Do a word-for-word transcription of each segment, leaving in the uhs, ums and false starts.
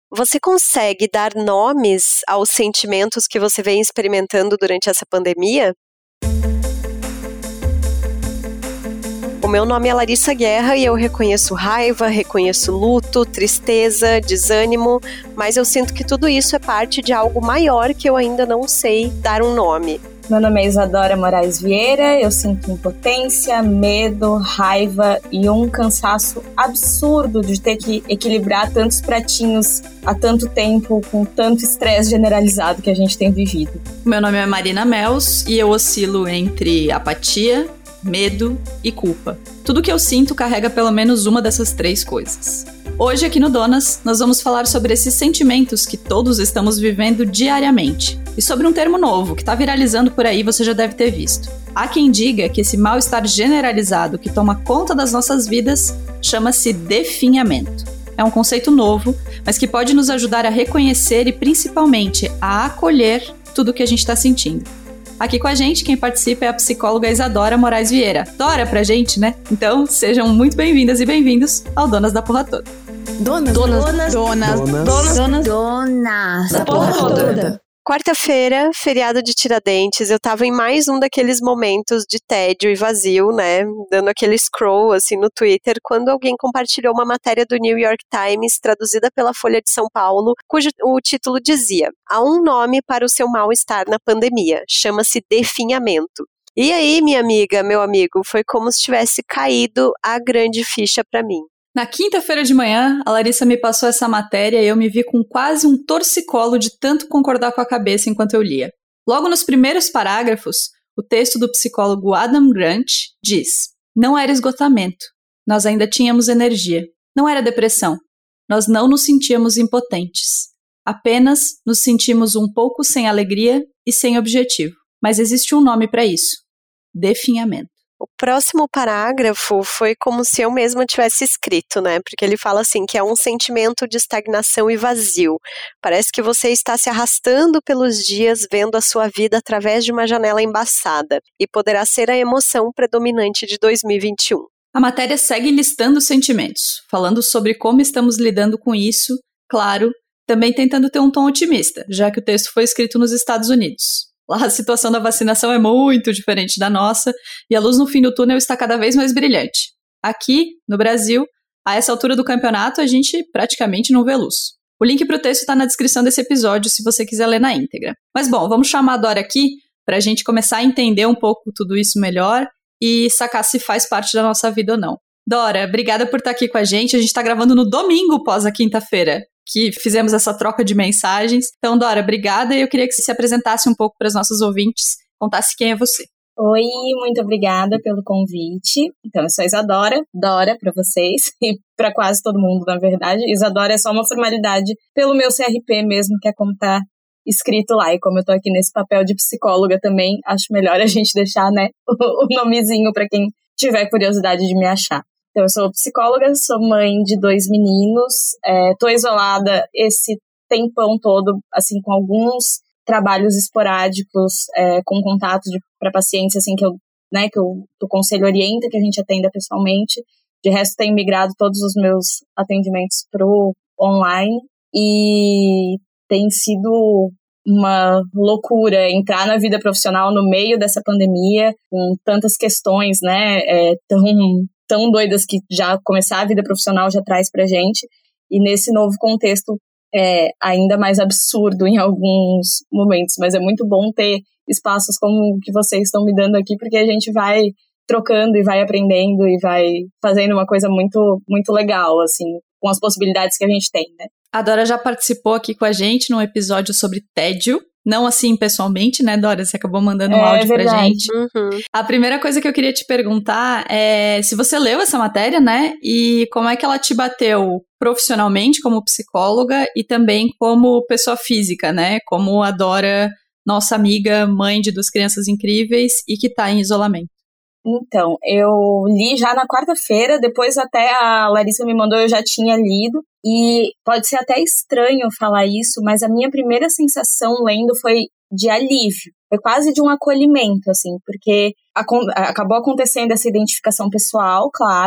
Você consegue dar nomes aos sentimentos que você vem experimentando durante essa pandemia? O meu nome é Larissa Guerra e eu reconheço raiva, reconheço luto, tristeza, desânimo, mas eu sinto que tudo isso é parte de algo maior que eu ainda não sei dar um nome. Meu nome é Isadora Moraes Vieira, eu sinto impotência, medo, raiva e um cansaço absurdo de ter que equilibrar tantos pratinhos há tanto tempo, com tanto estresse generalizado que a gente tem vivido. Meu nome é Marina Mels e eu oscilo entre apatia, medo e culpa. Tudo que eu sinto carrega pelo menos uma dessas três coisas. Hoje aqui no Donas, nós vamos falar sobre esses sentimentos que todos estamos vivendo diariamente e sobre um termo novo que está viralizando por aí, você já deve ter visto. Há quem diga que esse mal-estar generalizado que toma conta das nossas vidas chama-se definhamento. É um conceito novo, mas que pode nos ajudar a reconhecer e principalmente a acolher tudo o que a gente está sentindo. Aqui com a gente, quem participa é a psicóloga Isadora Moraes Vieira. Dora pra gente, né? Então, sejam muito bem-vindas e bem-vindos ao Donas da Porra Toda. Donas, donas, donas, donas, donas, donas, donas da Porra Toda. Quarta-feira, feriado de Tiradentes, eu tava em mais um daqueles momentos de tédio e vazio, né, dando aquele scroll, assim, no Twitter, quando alguém compartilhou uma matéria do New York Times, traduzida pela Folha de São Paulo, cujo o título dizia: há um nome para o seu mal-estar na pandemia, chama-se definhamento. E aí, minha amiga, meu amigo, foi como se tivesse caído a grande ficha pra mim. Na quinta-feira de manhã, a Larissa me passou essa matéria e eu me vi com quase um torcicolo de tanto concordar com a cabeça enquanto eu lia. Logo nos primeiros parágrafos, o texto do psicólogo Adam Grant diz: não era esgotamento, nós ainda tínhamos energia. Não era depressão, nós não nos sentíamos impotentes. Apenas nos sentimos um pouco sem alegria e sem objetivo. Mas existe um nome para isso: definhamento. O próximo parágrafo foi como se eu mesma tivesse escrito, né? Porque ele fala assim, que é um sentimento de estagnação e vazio. Parece que você está se arrastando pelos dias vendo a sua vida através de uma janela embaçada. E poderá ser a emoção predominante de dois mil e vinte e um. A matéria segue listando os sentimentos, falando sobre como estamos lidando com isso, claro, também tentando ter um tom otimista, já que o texto foi escrito nos Estados Unidos. Lá a situação da vacinação é muito diferente da nossa e a luz no fim do túnel está cada vez mais brilhante. Aqui, no Brasil, a essa altura do campeonato, a gente praticamente não vê luz. O link para o texto está na descrição desse episódio, se você quiser ler na íntegra. Mas bom, vamos chamar a Dora aqui para a gente começar a entender um pouco tudo isso melhor e sacar se faz parte da nossa vida ou não. Dora, obrigada por estar aqui com a gente. A gente está gravando no domingo pós a quinta-feira, que fizemos essa troca de mensagens. Então, Dora, obrigada, e eu queria que você se apresentasse um pouco para os nossos ouvintes, contasse quem é você. Oi, muito obrigada pelo convite. Então, eu sou a Isadora, Dora para vocês, e para quase todo mundo, na verdade. Isadora é só uma formalidade pelo meu C R P mesmo, que é como tá escrito lá. E como eu tô aqui nesse papel de psicóloga também, acho melhor a gente deixar, né, o, o nomezinho para quem tiver curiosidade de me achar. Então, eu sou psicóloga, sou mãe de dois meninos, é, tô isolada esse tempão todo, assim, com alguns trabalhos esporádicos, é, com contato para pacientes, assim, que eu, né, que eu, o conselho orienta que a gente atenda pessoalmente. De resto, tenho migrado todos os meus atendimentos pro online e tem sido uma loucura entrar na vida profissional no meio dessa pandemia, com tantas questões, né, é, tão... tão doidas que já começar a vida profissional já traz pra gente, e nesse novo contexto é ainda mais absurdo em alguns momentos, mas é muito bom ter espaços como o que vocês estão me dando aqui, porque a gente vai trocando e vai aprendendo e vai fazendo uma coisa muito, muito legal, assim, com as possibilidades que a gente tem, né? A Dora já participou aqui com a gente num episódio sobre tédio. Não assim pessoalmente, né, Dora? Você acabou mandando um é, áudio verdade. pra gente. Uhum. A primeira coisa que eu queria te perguntar é se você leu essa matéria, né? E como é que ela te bateu profissionalmente como psicóloga e também como pessoa física, né? Como a Dora, nossa amiga, mãe de duas crianças incríveis e que tá em isolamento. Então, eu li já na quarta-feira, depois até a Larissa me mandou, eu já tinha lido, e pode ser até estranho falar isso, mas a minha primeira sensação lendo foi de alívio, foi quase de um acolhimento, assim, porque acabou acontecendo essa identificação pessoal, claro,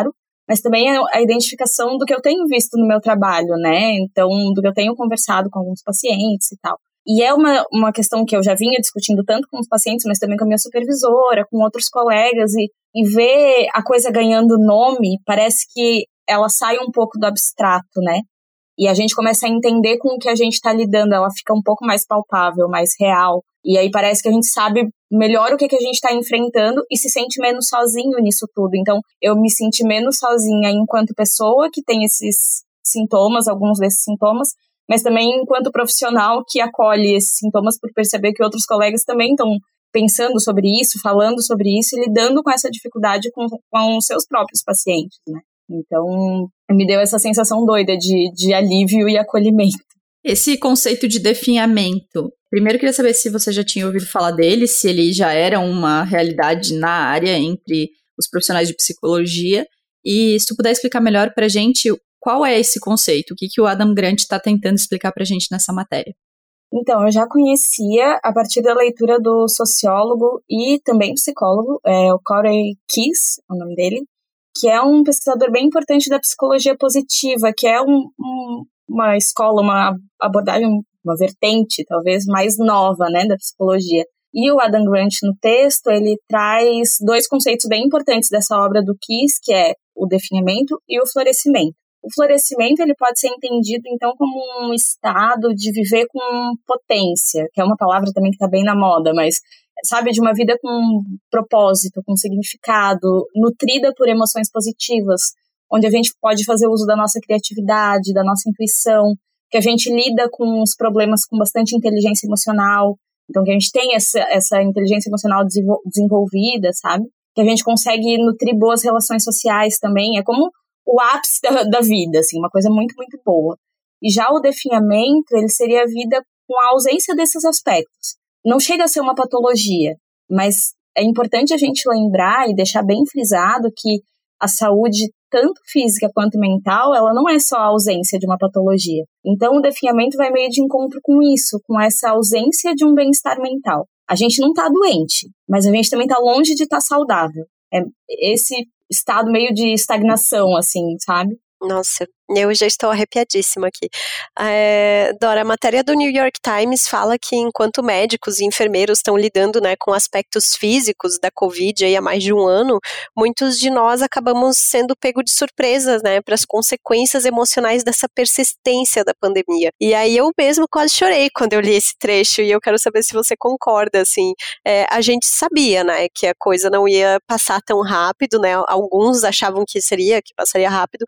mas também a identificação do que eu tenho visto no meu trabalho, né? Então, do que eu tenho conversado com alguns pacientes e tal. E é uma, uma questão que eu já vinha discutindo tanto com os pacientes, mas também com a minha supervisora, com outros colegas, e, e ver a coisa ganhando nome, parece que ela sai um pouco do abstrato, né? E a gente começa a entender com o que a gente está lidando, ela fica um pouco mais palpável, mais real. E aí parece que a gente sabe melhor o que, que a gente está enfrentando e se sente menos sozinho nisso tudo. Então, eu me senti menos sozinha enquanto pessoa que tem esses sintomas, alguns desses sintomas, mas também enquanto profissional que acolhe esses sintomas por perceber que outros colegas também estão pensando sobre isso, falando sobre isso e lidando com essa dificuldade com, com os seus próprios pacientes, né? Então, me deu essa sensação doida de, de alívio e acolhimento. Esse conceito de definhamento, primeiro eu queria saber se você já tinha ouvido falar dele, se ele já era uma realidade na área entre os profissionais de psicologia, e se tu puder explicar melhor pra gente qual é esse conceito, o que, que o Adam Grant está tentando explicar pra gente nessa matéria. Então, eu já conhecia a partir da leitura do sociólogo e também psicólogo, é, o Corey Keyes, é o nome dele, que é um pesquisador bem importante da psicologia positiva, que é um, um, uma escola, uma abordagem, uma vertente talvez mais nova, né, da psicologia. E o Adam Grant, no texto, ele traz dois conceitos bem importantes dessa obra do Keyes, que é o definhamento e o florescimento. O florescimento ele pode ser entendido, então, como um estado de viver com potência, que é uma palavra também que está bem na moda, mas, sabe, de uma vida com propósito, com significado, nutrida por emoções positivas, onde a gente pode fazer uso da nossa criatividade, da nossa intuição, que a gente lida com os problemas com bastante inteligência emocional, então que a gente tem essa, essa inteligência emocional desenvolvida, sabe? Que a gente consegue nutrir boas relações sociais também, é como o ápice da, da vida, assim, uma coisa muito, muito boa. E já o definhamento, ele seria a vida com a ausência desses aspectos. Não chega a ser uma patologia, mas é importante a gente lembrar e deixar bem frisado que a saúde, tanto física quanto mental, ela não é só a ausência de uma patologia. Então, o definhamento vai meio de encontro com isso, com essa ausência de um bem-estar mental. A gente não está doente, mas a gente também está longe de estar saudável. É esse estado meio de estagnação, assim, sabe? Nossa, eu já estou arrepiadíssima aqui. É, Dora, a matéria do New York Times fala que enquanto médicos e enfermeiros estão lidando, né, com aspectos físicos da Covid aí há mais de um ano, muitos de nós acabamos sendo pego de surpresa, né, para as consequências emocionais dessa persistência da pandemia. E aí eu mesmo quase chorei quando eu li esse trecho e eu quero saber se você concorda, assim. É, a gente sabia, né, que a coisa não ia passar tão rápido, né, alguns achavam que seria, que passaria rápido,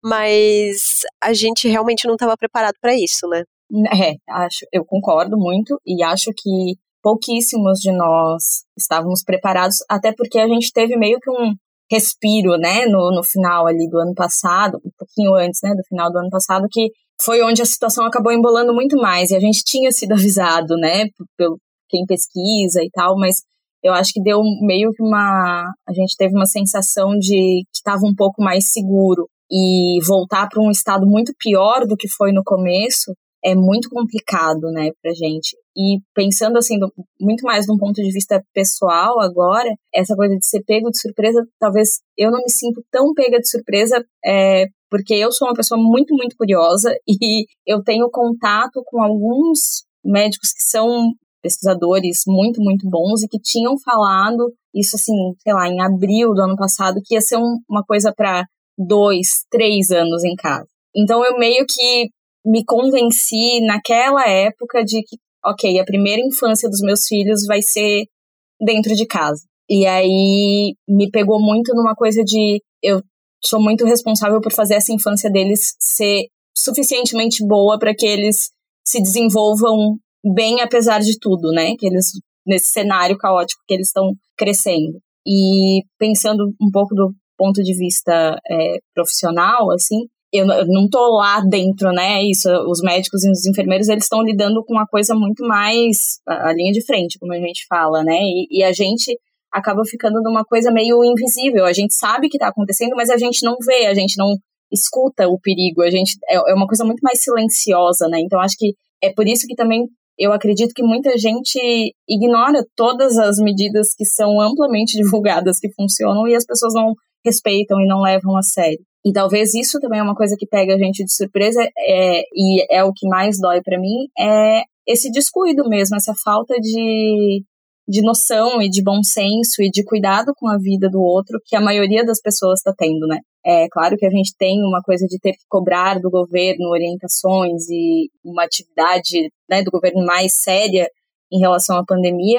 mas a gente realmente não estava preparado para isso, né? É, acho, eu concordo muito e acho que pouquíssimos de nós estávamos preparados, até porque a gente teve meio que um respiro, né, no, no final ali do ano passado, um pouquinho antes, né, do final do ano passado, que foi onde a situação acabou embolando muito mais e a gente tinha sido avisado, né, pelo quem pesquisa e tal, mas eu acho que deu meio que uma... a gente teve uma sensação de que estava um pouco mais seguro. E voltar para um estado muito pior do que foi no começo é muito complicado, né, pra gente. E pensando, assim, do, muito mais de um ponto de vista pessoal agora, essa coisa de ser pego de surpresa, talvez eu não me sinto tão pega de surpresa, é, porque eu sou uma pessoa muito, muito curiosa e eu tenho contato com alguns médicos que são pesquisadores muito, muito bons e que tinham falado isso, assim, sei lá, em abril do ano passado, que ia ser um, uma coisa para dois, três anos em casa. Então eu meio que me convenci naquela época de que, ok, a primeira infância dos meus filhos vai ser dentro de casa. E aí me pegou muito numa coisa de eu sou muito responsável por fazer essa infância deles ser suficientemente boa para que eles se desenvolvam bem apesar de tudo, né? Que eles, nesse cenário caótico que eles estão crescendo. E pensando um pouco do ponto de vista é, profissional, assim, eu, eu não tô lá dentro, né, isso, os médicos e os enfermeiros, eles estão lidando com uma coisa muito mais a, a linha de frente, como a gente fala, né, e, e a gente acaba ficando numa coisa meio invisível, a gente sabe que tá acontecendo, mas a gente não vê, a gente não escuta o perigo, a gente, é, é uma coisa muito mais silenciosa, né, então acho que é por isso que também eu acredito que muita gente ignora todas as medidas que são amplamente divulgadas, que funcionam, e as pessoas não respeitam e não levam a sério. e talvez isso também é uma coisa que pega a gente de surpresa, é, e é o que mais dói pra mim, é esse descuido mesmo, essa falta de, de noção e de bom senso e de cuidado com a vida do outro que a maioria das pessoas está tendo, né? É claro que a gente tem uma coisa de ter que cobrar do governo orientações e uma atividade, né, do governo mais séria em relação à pandemia,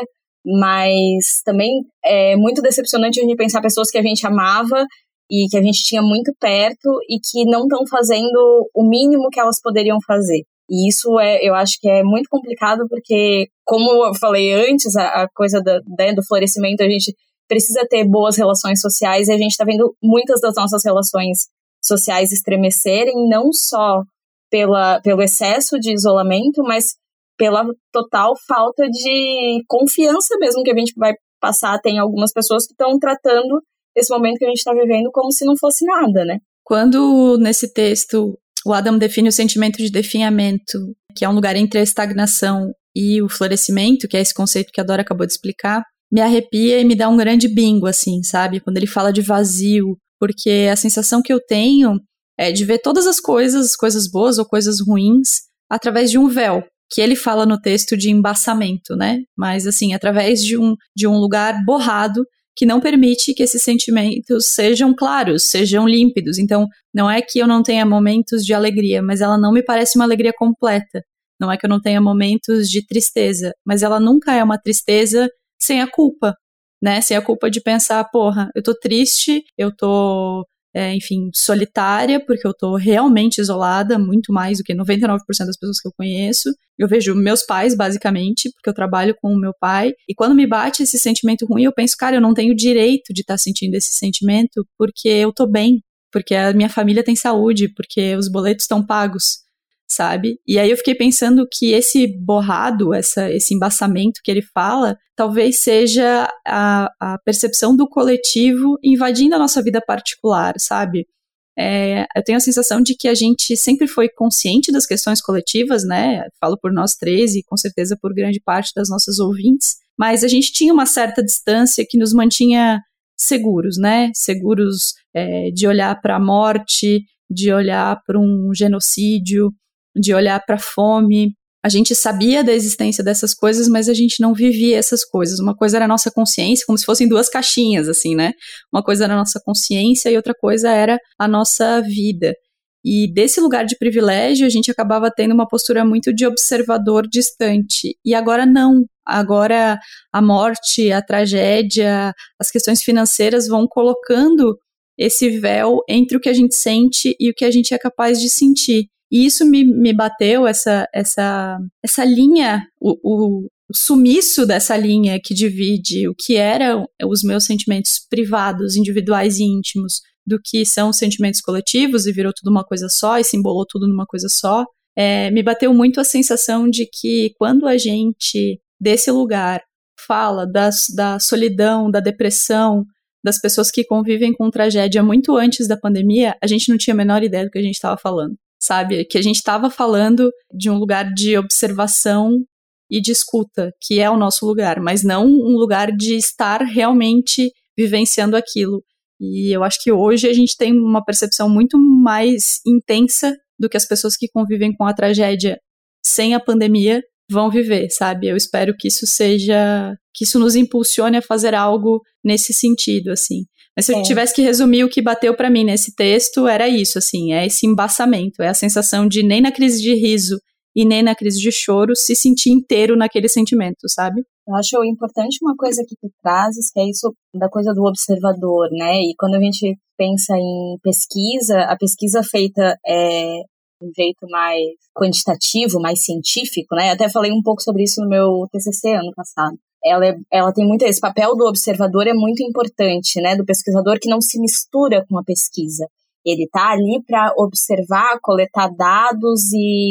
mas também é muito decepcionante a gente pensar pessoas que a gente amava e que a gente tinha muito perto e que não estão fazendo o mínimo que elas poderiam fazer. E isso, é, eu acho que é muito complicado porque, como eu falei antes, a, a coisa da, né, do florescimento, a gente precisa ter boas relações sociais e a gente está vendo muitas das nossas relações sociais estremecerem, não só pela, pelo excesso de isolamento, mas pela total falta de confiança mesmo que a gente vai passar. Tem algumas pessoas que estão tratando esse momento que a gente está vivendo como se não fosse nada, né? Quando, nesse texto, o Adam define o sentimento de definhamento, que é um lugar entre a estagnação e o florescimento, que é esse conceito que a Dora acabou de explicar, me arrepia e me dá um grande bingo, assim, sabe? Quando ele fala de vazio, porque a sensação que eu tenho é de ver todas as coisas, coisas boas ou coisas ruins, através de um véu, que ele fala no texto de embaçamento, né? Mas, assim, através de um, de um lugar borrado que não permite que esses sentimentos sejam claros, sejam límpidos. Então, não é que eu não tenha momentos de alegria, mas ela não me parece uma alegria completa. Não é que eu não tenha momentos de tristeza, mas ela nunca é uma tristeza sem a culpa, né? Sem a culpa de pensar, porra, eu tô triste, eu tô, é, enfim, solitária, porque eu tô realmente isolada, muito mais do que noventa e nove por cento das pessoas que eu conheço. Eu vejo meus pais, basicamente, porque eu trabalho com o meu pai, e quando me bate esse sentimento ruim, eu penso, cara, eu não tenho direito de estar sentindo esse sentimento, porque eu tô bem, porque a minha família tem saúde, porque os boletos estão pagos, sabe? E aí eu fiquei pensando que esse borrado, essa, esse embaçamento que ele fala, talvez seja a, a percepção do coletivo invadindo a nossa vida particular, sabe? É, eu tenho a sensação de que a gente sempre foi consciente das questões coletivas, né? Falo por nós três e com certeza por grande parte das nossas ouvintes, mas a gente tinha uma certa distância que nos mantinha seguros, né? Seguros é, de olhar para a morte, de olhar para um genocídio, de olhar para a fome. A gente sabia da existência dessas coisas, mas a gente não vivia essas coisas. Uma coisa era a nossa consciência, como se fossem duas caixinhas, assim, né? Uma coisa era a nossa consciência e outra coisa era a nossa vida. E desse lugar de privilégio, a gente acabava tendo uma postura muito de observador distante. E agora não. Agora a morte, a tragédia, as questões financeiras vão colocando esse véu entre o que a gente sente e o que a gente é capaz de sentir. E isso me, me bateu, essa, essa, essa linha, o, o, o sumiço dessa linha que divide o que eram os meus sentimentos privados, individuais e íntimos, do que são os sentimentos coletivos, e virou tudo uma coisa só, e se embolou tudo numa coisa só. É, me bateu muito a sensação de que quando a gente, desse lugar, fala das, da solidão, da depressão, das pessoas que convivem com tragédia muito antes da pandemia, a gente não tinha a menor ideia do que a gente estava falando. Sabe, que a gente estava falando de um lugar de observação e de escuta, que é o nosso lugar, mas não um lugar de estar realmente vivenciando aquilo. E eu acho que hoje a gente tem uma percepção muito mais intensa do que as pessoas que convivem com a tragédia sem a pandemia vão viver, sabe? Eu espero que isso seja, que isso nos impulsione a fazer algo nesse sentido, assim. Mas se eu é. tivesse que resumir o que bateu pra mim nesse texto, era isso, assim, é esse embaçamento, é a sensação de nem na crise de riso e nem na crise de choro se sentir inteiro naquele sentimento, sabe? Eu acho importante uma coisa que tu trazes, que é isso da coisa do observador, né? E quando a gente pensa em pesquisa, a pesquisa feita é de um jeito mais quantitativo, mais científico, né? Eu até falei um pouco sobre isso no meu T C C ano passado. Ela, é, ela tem muito, esse papel do observador é muito importante, né, do pesquisador que não se mistura com a pesquisa. Ele está ali para observar, coletar dados e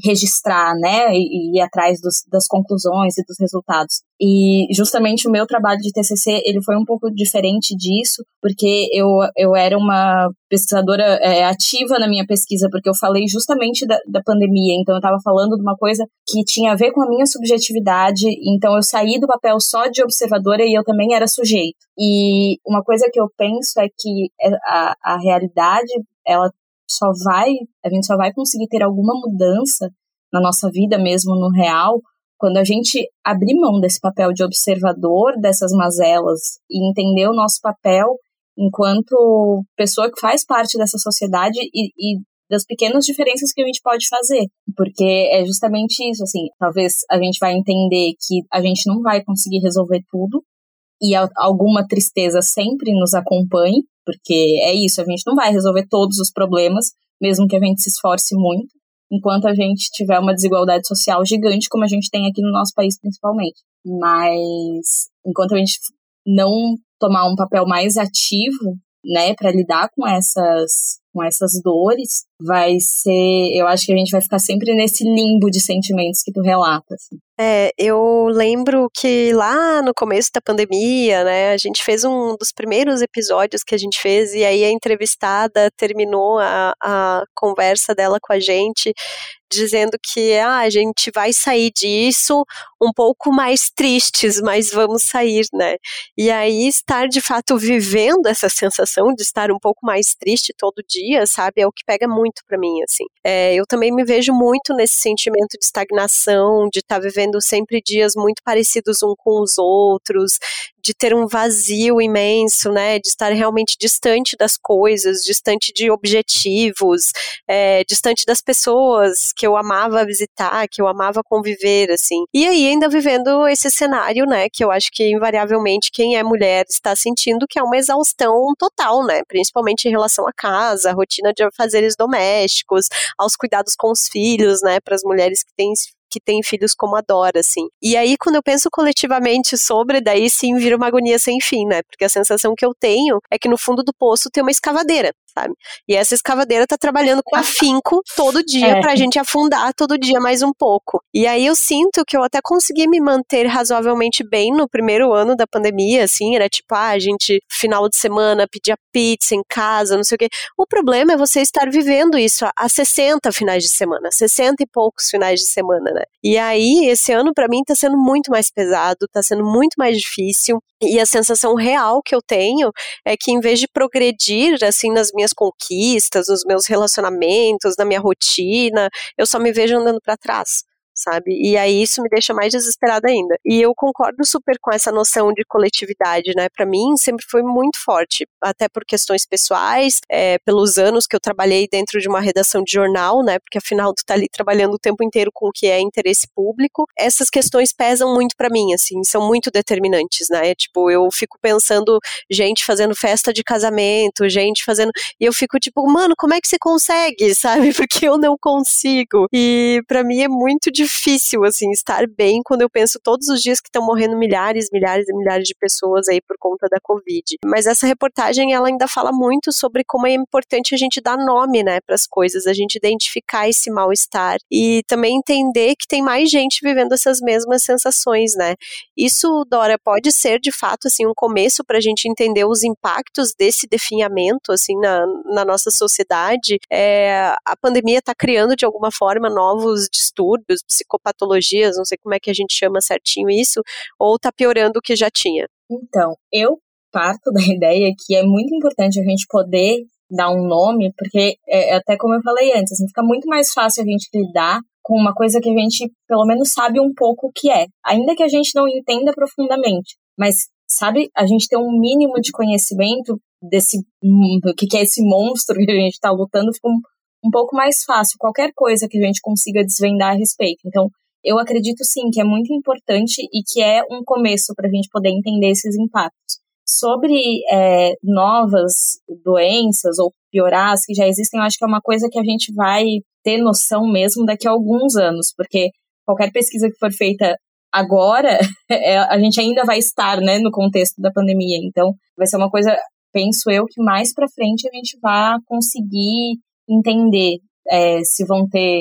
registrar, né, e, e ir atrás dos, das conclusões e dos resultados. E justamente o meu trabalho de T C C, ele foi um pouco diferente disso, porque eu, eu era uma pesquisadora é, ativa na minha pesquisa, porque eu falei justamente da, da pandemia, então eu estava falando de uma coisa que tinha a ver com a minha subjetividade, então eu saí do papel só de observadora e eu também era sujeito. E uma coisa que eu penso é que a, a realidade, ela só vai, a gente só vai conseguir ter alguma mudança na nossa vida mesmo no real, quando a gente abrir mão desse papel de observador dessas mazelas e entender o nosso papel enquanto pessoa que faz parte dessa sociedade e, e das pequenas diferenças que a gente pode fazer. Porque é justamente isso, assim, talvez a gente vai entender que a gente não vai conseguir resolver tudo e alguma tristeza sempre nos acompanhe, porque é isso, a gente não vai resolver todos os problemas, mesmo que a gente se esforce muito, enquanto a gente tiver uma desigualdade social gigante, como a gente tem aqui no nosso país principalmente. Mas enquanto a gente não tomar um papel mais ativo, né, para lidar com essas, com essas dores, vai ser, eu acho que a gente vai ficar sempre nesse limbo de sentimentos que tu relata, assim. É, eu lembro que lá no começo da pandemia, né, a gente fez um dos primeiros episódios que a gente fez, e aí a entrevistada terminou a, a conversa dela com a gente, dizendo que ah, a gente vai sair disso um pouco mais tristes, mas vamos sair, né? E aí estar de fato vivendo essa sensação de estar um pouco mais triste todo dia, sabe, é o que pega muito pra mim, assim. É, eu também me vejo muito nesse sentimento de estagnação, de estar vivendo sempre dias muito parecidos um com os outros, de ter um vazio imenso, né, de estar realmente distante das coisas, distante de objetivos, é, distante das pessoas que eu amava visitar, que eu amava conviver, assim. E aí ainda vivendo esse cenário, né, que eu acho que invariavelmente quem é mulher está sentindo, que é uma exaustão total, né, principalmente em relação à casa, à rotina de afazeres domésticos, aos cuidados com os filhos, né, para as mulheres que têm que tem filhos como a Dora, assim. E aí, quando eu penso coletivamente sobre, daí sim vira uma agonia sem fim, né? Porque a sensação que eu tenho é que no fundo do poço tem uma escavadeira, sabe? E essa escavadeira tá trabalhando com afinco todo dia é. pra gente afundar todo dia mais um pouco. E aí eu sinto que eu até consegui me manter razoavelmente bem no primeiro ano da pandemia, assim, era tipo, ah, a gente, final de semana, pedia pizza em casa, não sei o quê. O problema é você estar vivendo isso há sessenta finais de semana, sessenta e poucos finais de semana, né? E aí, esse ano pra mim tá sendo muito mais pesado, tá sendo muito mais difícil, e a sensação real que eu tenho é que em vez de progredir, assim, nas minhas conquistas, nos meus relacionamentos, na minha rotina, eu só me vejo andando pra trás, sabe? E aí isso me deixa mais desesperada ainda. E eu concordo super com essa noção de coletividade, né? Pra mim sempre foi muito forte, até por questões pessoais, é, pelos anos que eu trabalhei dentro de uma redação de jornal, né? Porque afinal tu tá ali trabalhando o tempo inteiro com o que é interesse público. Essas questões pesam muito pra mim, assim, são muito determinantes, né? Tipo, eu fico pensando gente fazendo festa de casamento, gente fazendo... E eu fico tipo, mano, como é que você consegue, sabe? Porque eu não consigo. E pra mim é muito difícil difícil, assim, estar bem quando eu penso todos os dias que estão morrendo milhares, milhares e milhares de pessoas aí por conta da Covid. Mas essa reportagem, ela ainda fala muito sobre como é importante a gente dar nome, né, para as coisas, a gente identificar esse mal-estar e também entender que tem mais gente vivendo essas mesmas sensações, né. Isso, Dora, pode ser, de fato, assim, um começo para a gente entender os impactos desse definhamento, assim, na, na nossa sociedade. É, a pandemia está criando, de alguma forma, novos distúrbios, psicopatologias, não sei como é que a gente chama certinho isso, ou tá piorando o que já tinha? Então, eu parto da ideia que é muito importante a gente poder dar um nome, porque, é, até como eu falei antes, assim, fica muito mais fácil a gente lidar com uma coisa que a gente, pelo menos, sabe um pouco o que é, ainda que a gente não entenda profundamente, mas, sabe, a gente tem um mínimo de conhecimento desse, do que é esse monstro que a gente tá lutando, fica um um pouco mais fácil, qualquer coisa que a gente consiga desvendar a respeito. Então, eu acredito sim que é muito importante e que é um começo para a gente poder entender esses impactos. Sobre é, novas doenças ou piorar as que já existem, eu acho que é uma coisa que a gente vai ter noção mesmo daqui a alguns anos, porque qualquer pesquisa que for feita agora, é, a gente ainda vai estar, né, no contexto da pandemia. Então, vai ser uma coisa, penso eu, que mais para frente a gente vai conseguir entender é, se vão ter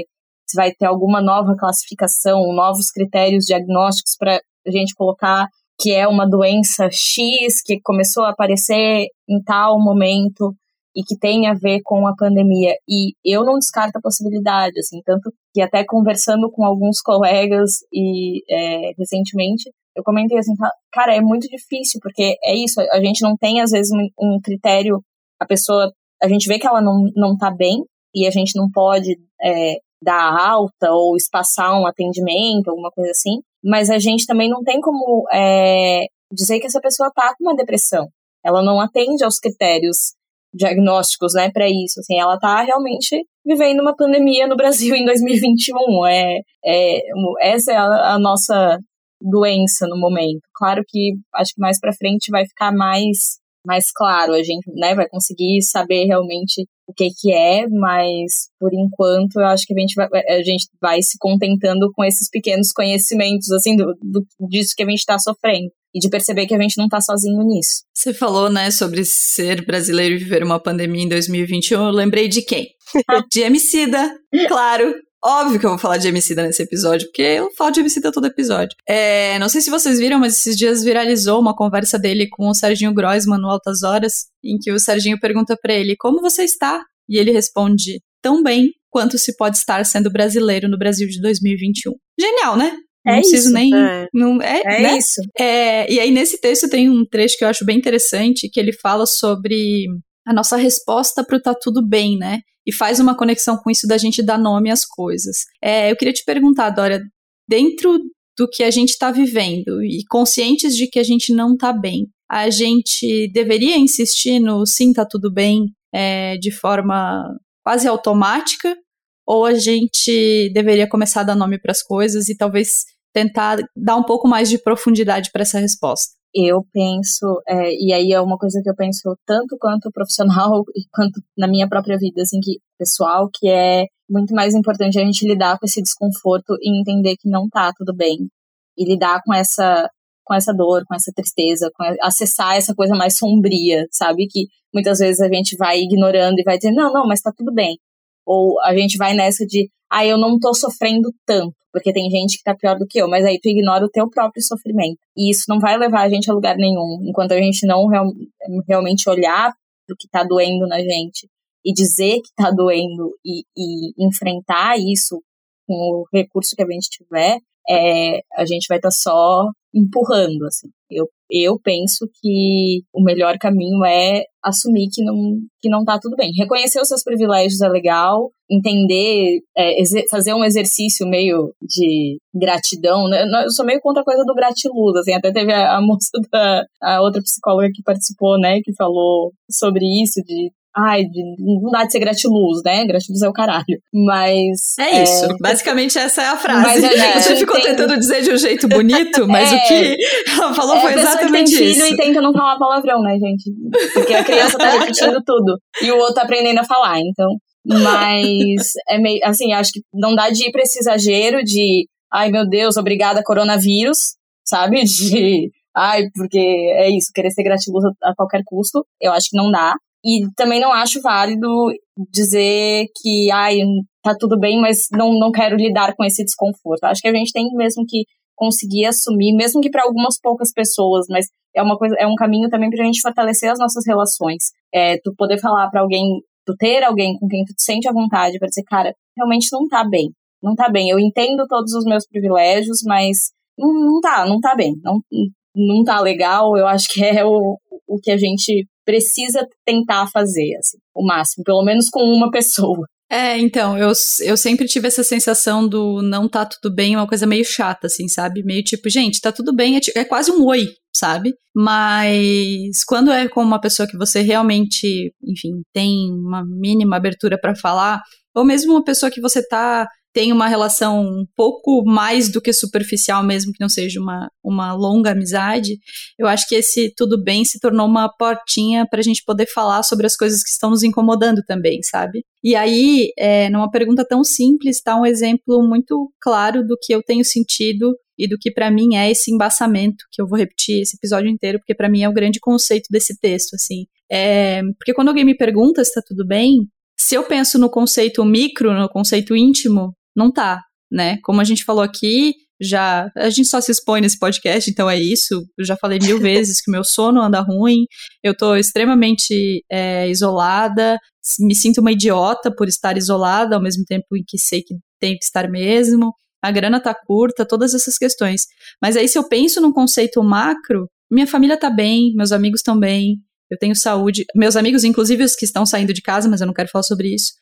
se vai ter alguma nova classificação, novos critérios diagnósticos para a gente colocar que é uma doença X que começou a aparecer em tal momento e que tem a ver com a pandemia. E eu não descarto a possibilidade, assim, tanto que até conversando com alguns colegas e é, recentemente, eu comentei assim, cara, é muito difícil, porque é isso, a gente não tem às vezes um, um critério, a pessoa, a gente vê que ela não, não tá bem e a gente não pode é, dar alta ou espaçar um atendimento, alguma coisa assim, mas a gente também não tem como é, dizer que essa pessoa tá com uma depressão. Ela não atende aos critérios diagnósticos, né, para isso. Assim, ela tá realmente vivendo uma pandemia no Brasil em dois mil e vinte e um. É, é, essa é a, a nossa doença no momento. Claro que acho que mais para frente vai ficar mais, mais claro. A gente, né, vai conseguir saber realmente o que que é, mas por enquanto eu acho que a gente vai, a gente vai se contentando com esses pequenos conhecimentos, assim, do, do, disso que a gente está sofrendo. E de perceber que a gente não tá sozinho nisso. Você falou, né, sobre ser brasileiro e viver uma pandemia em dois mil e vinte e um, eu lembrei de quem? De Emicida, claro. Óbvio que eu vou falar de Emicida nesse episódio, porque eu falo de Emicida todo episódio. É, não sei se vocês viram, mas esses dias viralizou uma conversa dele com o Serginho Groisman no Altas Horas, em que o Serginho pergunta pra ele, como você está? E ele responde, tão bem quanto se pode estar sendo brasileiro no Brasil de dois mil e vinte e um. Genial, né? Não é preciso isso, nem... É, não, é é né? isso. É, e aí, nesse texto, tem um trecho que eu acho bem interessante, que ele fala sobre a nossa resposta pro tá tudo bem, né? E faz uma conexão com isso da gente dar nome às coisas. É, eu queria te perguntar, Dória, dentro do que a gente tá vivendo e conscientes de que a gente não tá bem, a gente deveria insistir no sim, tá tudo bem, é, de forma quase automática? Ou a gente deveria começar a dar nome para as coisas e talvez tentar dar um pouco mais de profundidade para essa resposta? Eu penso, é, e aí é uma coisa que eu penso tanto quanto profissional e quanto na minha própria vida, assim, que pessoal, que é muito mais importante a gente lidar com esse desconforto e entender que não tá tudo bem. E lidar com essa, com essa dor, com essa tristeza, com a, acessar essa coisa mais sombria, sabe? Que muitas vezes a gente vai ignorando e vai dizer, não, não, mas tá tudo bem. Ou a gente vai nessa de, ah, eu não tô sofrendo tanto, porque tem gente que tá pior do que eu, mas aí tu ignora o teu próprio sofrimento. E isso não vai levar a gente a lugar nenhum, enquanto a gente não real, realmente olhar pro que tá doendo na gente e dizer que tá doendo e, e enfrentar isso com o recurso que a gente tiver, é, a gente vai estar tá só empurrando, assim. Eu, eu penso que o melhor caminho é assumir que não, que não tá tudo bem. Reconhecer os seus privilégios é legal, entender, é, fazer um exercício meio de gratidão, né? Eu sou meio contra a coisa do gratiluz, assim, até teve a, a moça da a outra psicóloga que participou, né, que falou sobre isso, de ai, de, não dá de ser gratiluz, né? Gratiluz é o caralho. Mas... É, é isso. Basicamente essa é a frase. Mas, é, Você ficou entendo. tentando dizer de um jeito bonito, mas é, o que ela falou é foi exatamente isso. É a pessoa que tem filho e tenta não falar palavrão, né, gente? Porque a criança tá repetindo tudo. E o outro tá aprendendo a falar, então... Mas é meio... Assim, acho que não dá de ir pra esse exagero de... Ai, meu Deus, obrigada, coronavírus, sabe? De... Ai, porque é isso, querer ser gratiluz a, a qualquer custo. Eu acho que não dá. E também não acho válido dizer que, ai, tá tudo bem, mas não, não quero lidar com esse desconforto. Acho que a gente tem mesmo que conseguir assumir, mesmo que para algumas poucas pessoas, mas é uma coisa, é um caminho também pra gente fortalecer as nossas relações. É, tu poder falar pra alguém, tu ter alguém com quem tu te sente à vontade pra dizer, cara, realmente não tá bem, não tá bem. Eu entendo todos os meus privilégios, mas não, não tá, não tá bem, não, não tá legal. Eu acho que é o, o que a gente precisa tentar fazer, assim, o máximo, pelo menos com uma pessoa. É, então, eu, eu sempre tive essa sensação do não tá tudo bem, uma coisa meio chata, assim, sabe? Meio tipo, gente, tá tudo bem, é, é quase um oi, sabe? Mas quando é com uma pessoa que você realmente, enfim, tem uma mínima abertura pra falar, ou mesmo uma pessoa que você tá... tem uma relação um pouco mais do que superficial, mesmo que não seja uma, uma longa amizade, eu acho que esse tudo bem se tornou uma portinha pra gente poder falar sobre as coisas que estão nos incomodando também, sabe? E aí, é, numa pergunta tão simples, tá um exemplo muito claro do que eu tenho sentido e do que pra mim é esse embaçamento, que eu vou repetir esse episódio inteiro, porque pra mim é o grande conceito desse texto, assim. É, porque quando alguém me pergunta se tá tudo bem, se eu penso no conceito micro, no conceito íntimo, não tá, né? Como a gente falou aqui, já a gente só se expõe nesse podcast, então é isso. Eu já falei mil vezes que o meu sono anda ruim, eu tô extremamente é, isolada, me sinto uma idiota por estar isolada, ao mesmo tempo em que sei que tenho que estar mesmo, a grana tá curta, todas essas questões. Mas aí se eu penso num conceito macro, minha família tá bem, meus amigos estão bem, eu tenho saúde, meus amigos, inclusive os que estão saindo de casa, mas eu não quero falar sobre isso.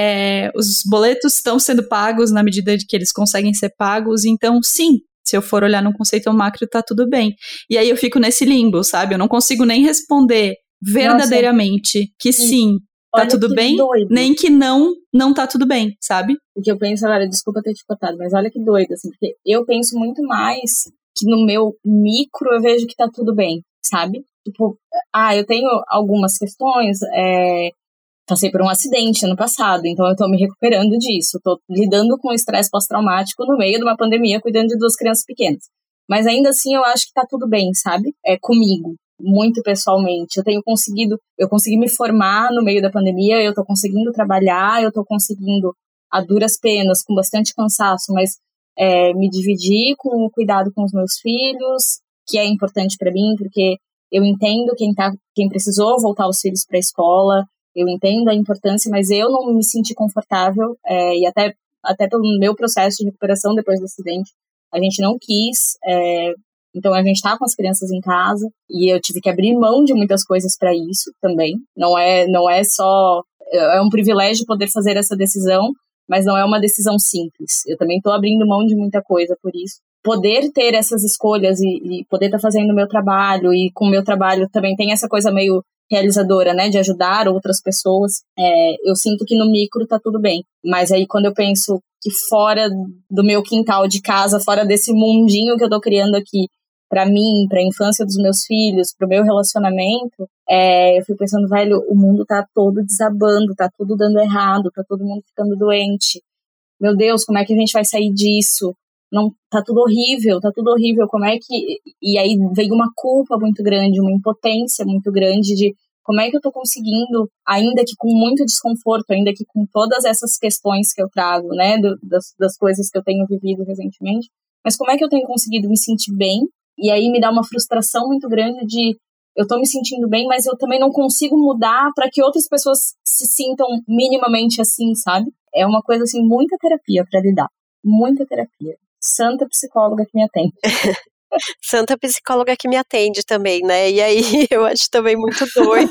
É, os boletos estão sendo pagos na medida de que eles conseguem ser pagos, então sim, se eu for olhar num conceito macro, tá tudo bem. E aí eu fico nesse limbo, sabe? Eu não consigo nem responder verdadeiramente Nossa. que sim, tá olha tudo bem, doido. nem que não, não tá tudo bem, sabe? Porque eu penso agora, desculpa ter te cortado, mas olha que doido, assim, porque eu penso muito mais que no meu micro eu vejo que tá tudo bem, sabe? Tipo, ah, eu tenho algumas questões, é, passei por um acidente ano passado, então eu tô me recuperando disso, tô lidando com o estresse pós-traumático no meio de uma pandemia, cuidando de duas crianças pequenas. Mas ainda assim eu acho que tá tudo bem, sabe? É comigo, muito pessoalmente. Eu tenho conseguido, eu consegui me formar no meio da pandemia, eu tô conseguindo trabalhar, eu tô conseguindo, a duras penas, com bastante cansaço, mas é, me dividir com o cuidado com os meus filhos, que é importante pra mim, porque eu entendo quem, tá, quem precisou voltar os filhos para a escola, eu entendo a importância, mas eu não me senti confortável, é, e até, até pelo meu processo de recuperação depois do acidente, a gente não quis, é, então a gente tá com as crianças em casa, e eu tive que abrir mão de muitas coisas para isso também, não é, não é só, é um privilégio poder fazer essa decisão, mas não é uma decisão simples, eu também tô abrindo mão de muita coisa por isso. Poder ter essas escolhas e, e poder estar tá fazendo o meu trabalho, e com o meu trabalho também tem essa coisa meio realizadora, né, de ajudar outras pessoas, é, eu sinto que no micro tá tudo bem, mas aí quando eu penso que fora do meu quintal de casa, fora desse mundinho que eu tô criando aqui, pra mim, pra infância dos meus filhos, pro meu relacionamento, é, eu fico pensando, velho, o mundo tá todo desabando, tá tudo dando errado, tá todo mundo ficando doente, meu Deus, como é que a gente vai sair disso? Não, tá tudo horrível, tá tudo horrível, como é que... E aí veio uma culpa muito grande, uma impotência muito grande de como é que eu tô conseguindo, ainda que com muito desconforto, ainda que com todas essas questões que eu trago, né, do, das, das coisas que eu tenho vivido recentemente, mas como é que eu tenho conseguido me sentir bem? E aí me dá uma frustração muito grande de eu tô me sentindo bem, mas eu também não consigo mudar para que outras pessoas se sintam minimamente assim, sabe? É uma coisa assim, muita terapia para lidar, muita terapia. Santa psicóloga que me atende. Santa psicóloga que me atende também, né? E aí eu acho também muito doido.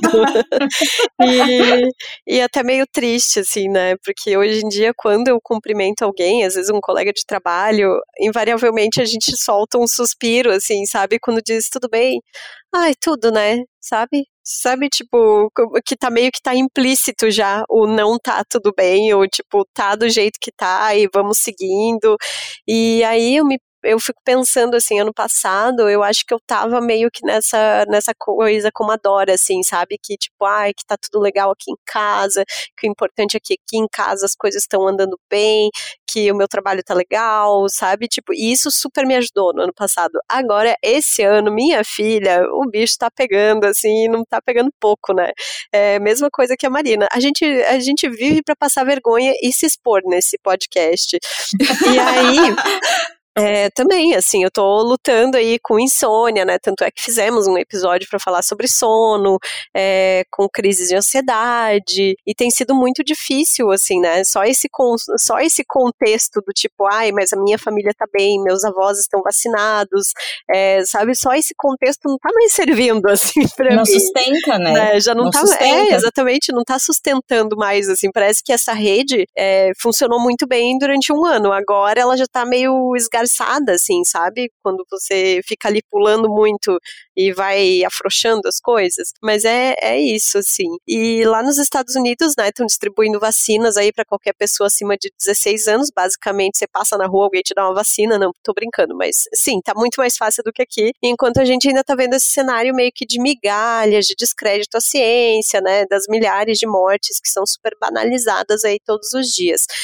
e, e até meio triste, assim, né? Porque hoje em dia, quando eu cumprimento alguém, às vezes um colega de trabalho, invariavelmente a gente solta um suspiro, assim, sabe? Quando diz tudo bem. Ai, tudo, né? Sabe? Sabe, tipo, que tá meio que tá implícito já o não tá tudo bem, ou tipo, tá do jeito que tá e vamos seguindo. E aí eu me eu fico pensando, assim, ano passado, eu acho que eu tava meio que nessa, nessa coisa como a Dora, assim, sabe? Que, tipo, ai, que tá tudo legal aqui em casa, que o importante é que aqui em casa as coisas estão andando bem, que o meu trabalho tá legal, sabe? Tipo, e isso super me ajudou no ano passado. Agora, esse ano, minha filha, o bicho tá pegando, assim, e não tá pegando pouco, né? É a mesma coisa que a Marina. A gente, a gente vive pra passar vergonha e se expor nesse podcast. E aí... É, também, assim, eu tô lutando aí com insônia, né, tanto é que fizemos um episódio pra falar sobre sono, é, com crises de ansiedade, e tem sido muito difícil, assim, né, só esse, só esse contexto do tipo, ai, mas a minha família tá bem, meus avós estão vacinados, é, sabe, só esse contexto não tá mais servindo, assim, pra não mim. Não sustenta, né? É, já não, não tá, sustenta. É, exatamente, não tá sustentando mais, assim, parece que essa rede é, funcionou muito bem durante um ano, agora ela já tá meio esgarçada, assim, sabe? Quando você fica ali pulando muito e vai afrouxando as coisas. Mas é, é isso, assim. E lá nos Estados Unidos, né, estão distribuindo vacinas aí para qualquer pessoa acima de dezesseis anos. Basicamente, você passa na rua, alguém te dá uma vacina. Não, tô brincando, mas sim, tá muito mais fácil do que aqui. Enquanto a gente ainda tá vendo esse cenário meio que de migalhas, de descrédito à ciência, né, das milhares de mortes que são super banalizadas aí todos os dias.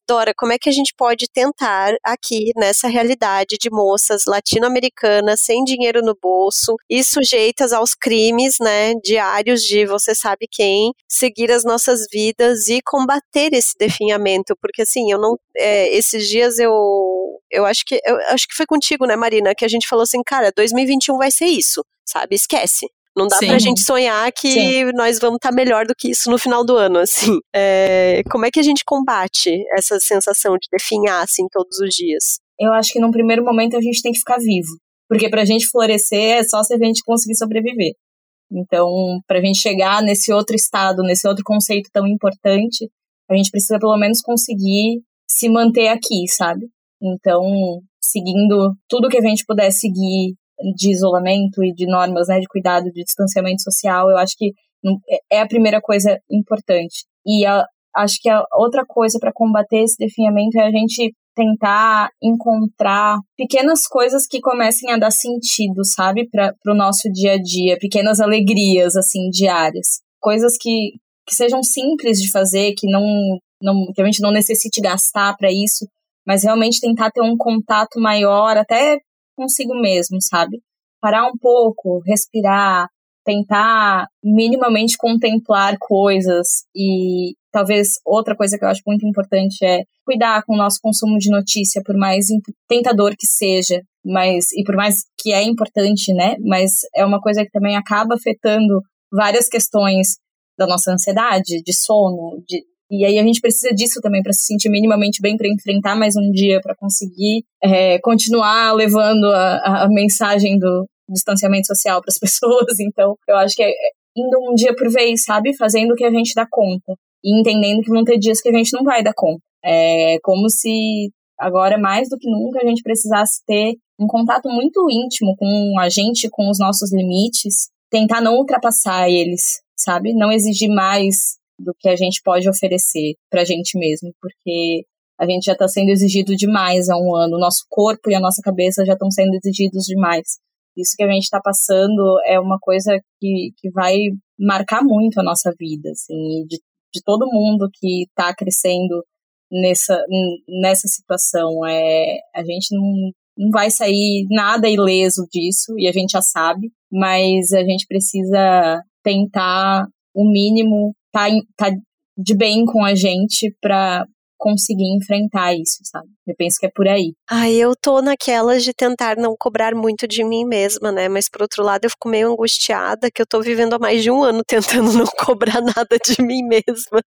Dora, como é que a gente pode tentar aqui, nessa realidade de moças latino-americanas, sem dinheiro no bolso e sujeitas aos crimes, né, diários de você sabe quem, seguir as nossas vidas e combater esse definhamento, porque assim, eu não, é, esses dias eu, eu acho que, eu acho que foi contigo, né, Marina, que a gente falou assim, cara, dois mil e vinte e um vai ser isso, sabe, esquece. Não dá Sim. pra gente sonhar que Sim. nós vamos estar tá melhor do que isso no final do ano, assim. É, como é que a gente combate essa sensação de definhar, assim, todos os dias? Eu acho que num primeiro momento a gente tem que ficar vivo. Porque pra gente florescer é só se a gente conseguir sobreviver. Então, pra gente chegar nesse outro estado, nesse outro conceito tão importante, a gente precisa pelo menos conseguir se manter aqui, sabe? Então, seguindo tudo que a gente puder seguir de isolamento e de normas, né, de cuidado, de distanciamento social, eu acho que é a primeira coisa importante. E a, acho que a outra coisa para combater esse definhamento é a gente tentar encontrar pequenas coisas que comecem a dar sentido, sabe, para o nosso dia a dia, pequenas alegrias, assim, diárias. Coisas que, que sejam simples de fazer, que, não, não, que a gente não necessite gastar para isso, mas realmente tentar ter um contato maior, até consigo mesmo, sabe? Parar um pouco, respirar, tentar minimamente contemplar coisas e talvez outra coisa que eu acho muito importante é cuidar com o nosso consumo de notícia, por mais tentador que seja, mas e por mais que é importante, né? Mas é uma coisa que também acaba afetando várias questões da nossa ansiedade, de sono, de E aí a gente precisa disso também para se sentir minimamente bem, para enfrentar mais um dia, para conseguir é, continuar levando a, a mensagem do distanciamento social para as pessoas. Então, eu acho que é indo um dia por vez, sabe? Fazendo o que a gente dá conta. E entendendo que vão ter dias que a gente não vai dar conta. É como se agora, mais do que nunca, a gente precisasse ter um contato muito íntimo com a gente, com os nossos limites. Tentar não ultrapassar eles, sabe? Não exigir mais do que a gente pode oferecer pra gente mesmo, porque a gente já tá sendo exigido demais há um ano, o nosso corpo e a nossa cabeça já estão sendo exigidos demais. Isso que a gente tá passando é uma coisa que, que vai marcar muito a nossa vida, assim, de, de todo mundo que tá crescendo nessa, nessa situação. É, a gente não, não vai sair nada ileso disso, e a gente já sabe, mas a gente precisa tentar o mínimo Tá, tá de bem com a gente pra conseguir enfrentar isso, sabe? Eu penso que é por aí. Ai, eu tô naquelas de tentar não cobrar muito de mim mesma, né? Mas por outro lado eu fico meio angustiada que eu tô vivendo há mais de um ano tentando não cobrar nada de mim mesma.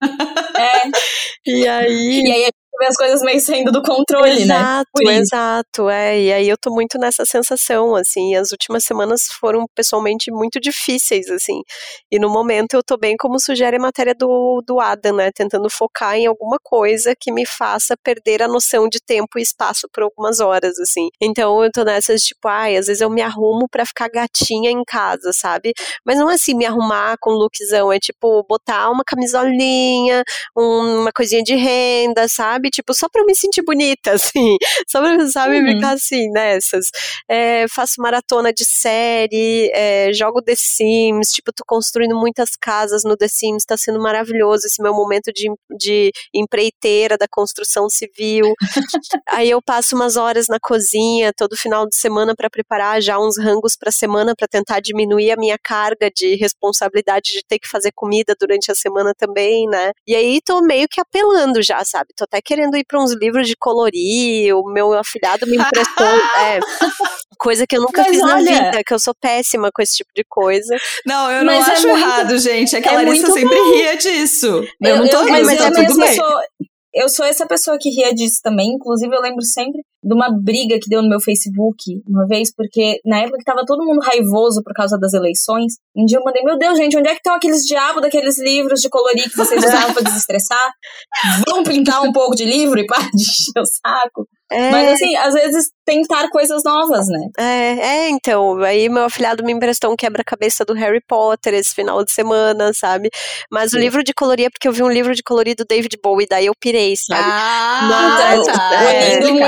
É. E aí... E aí a gente vê as coisas meio saindo do controle, exato, né? Exato, exato. É. E aí eu tô muito nessa sensação, assim. As últimas semanas foram pessoalmente muito difíceis, assim. E no momento eu tô bem como sugere a matéria do, do Adam, né? Tentando focar em alguma coisa que me faça perder a noção de tempo e espaço por algumas horas, assim. Então eu tô nessas, tipo, ai, às vezes eu me arrumo pra ficar gatinha em casa, sabe? Mas não é assim, me arrumar com lookzão, é tipo, botar uma camisolinha, um, uma coisinha de renda, sabe? Tipo, só pra eu me sentir bonita, assim. Só pra, sabe, uhum. ficar assim, nessas. É, faço maratona de série, é, jogo The Sims, tipo, tô construindo muitas casas no The Sims, tá sendo maravilhoso esse meu momento de, de empreiteira da construção civil. Aí eu passo umas horas na cozinha todo final de semana pra preparar já uns rangos pra semana, pra tentar diminuir a minha carga de responsabilidade de ter que fazer comida durante a semana também, né? E aí tô meio que apelando já, sabe? Tô até querendo ir para uns livros de colorir, o meu afilhado me emprestou, é, coisa que eu nunca Mas fiz olha... na vida, que eu sou péssima com esse tipo de coisa. Não, eu Mas não é acho muito... errado, gente, é que a é Larissa sempre bom. ria disso. Eu, eu não tô eu, rindo, mas tá eu tudo bem. Sou, eu sou essa pessoa que ria disso também, inclusive eu lembro sempre de uma briga que deu no meu Facebook uma vez, porque na época que tava todo mundo raivoso por causa das eleições, um dia eu mandei, meu Deus, gente, onde é que estão aqueles diabos daqueles livros de colorir que vocês usavam pra desestressar? Vão pintar um pouco de livro e para de encher o saco. É. Mas assim, às vezes tentar coisas novas, né? É, é, então, aí meu afilhado me emprestou um quebra-cabeça do Harry Potter esse final de semana, sabe? Mas Sim. o livro de colorir é porque eu vi um livro de colorir do David Bowie, daí eu pirei, sabe? Ah, Mas, então, é, unindo muitos interesses.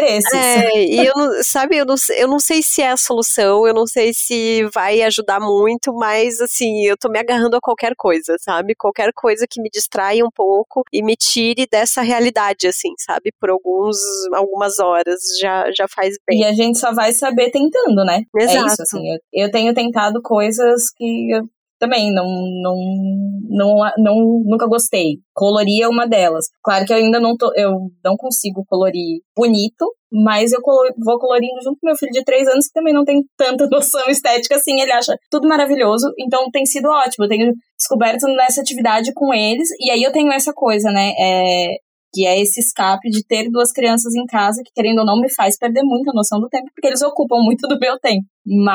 interesses. É, e eu não, sabe, eu não, eu não sei se é a solução, eu não sei se vai ajudar muito, mas assim, eu tô me agarrando a qualquer coisa, sabe? Qualquer coisa que me distraia um pouco e me tire dessa realidade, assim, sabe? Por alguns, algumas horas, já, já faz bem. E a gente só vai saber tentando, né? Exato. É isso, assim, eu, eu tenho tentado coisas que eu também não, não, não, não, nunca gostei. Colorir é uma delas. Claro que eu ainda não, tô, eu não consigo colorir bonito, mas eu colo- vou colorindo junto com meu filho de três anos, que também não tem tanta noção estética assim, ele acha tudo maravilhoso, então tem sido ótimo. Eu tenho descoberto nessa atividade com eles, e aí eu tenho essa coisa, né, é, que é esse escape de ter duas crianças em casa, que querendo ou não me faz perder muito a noção do tempo, porque eles ocupam muito do meu tempo.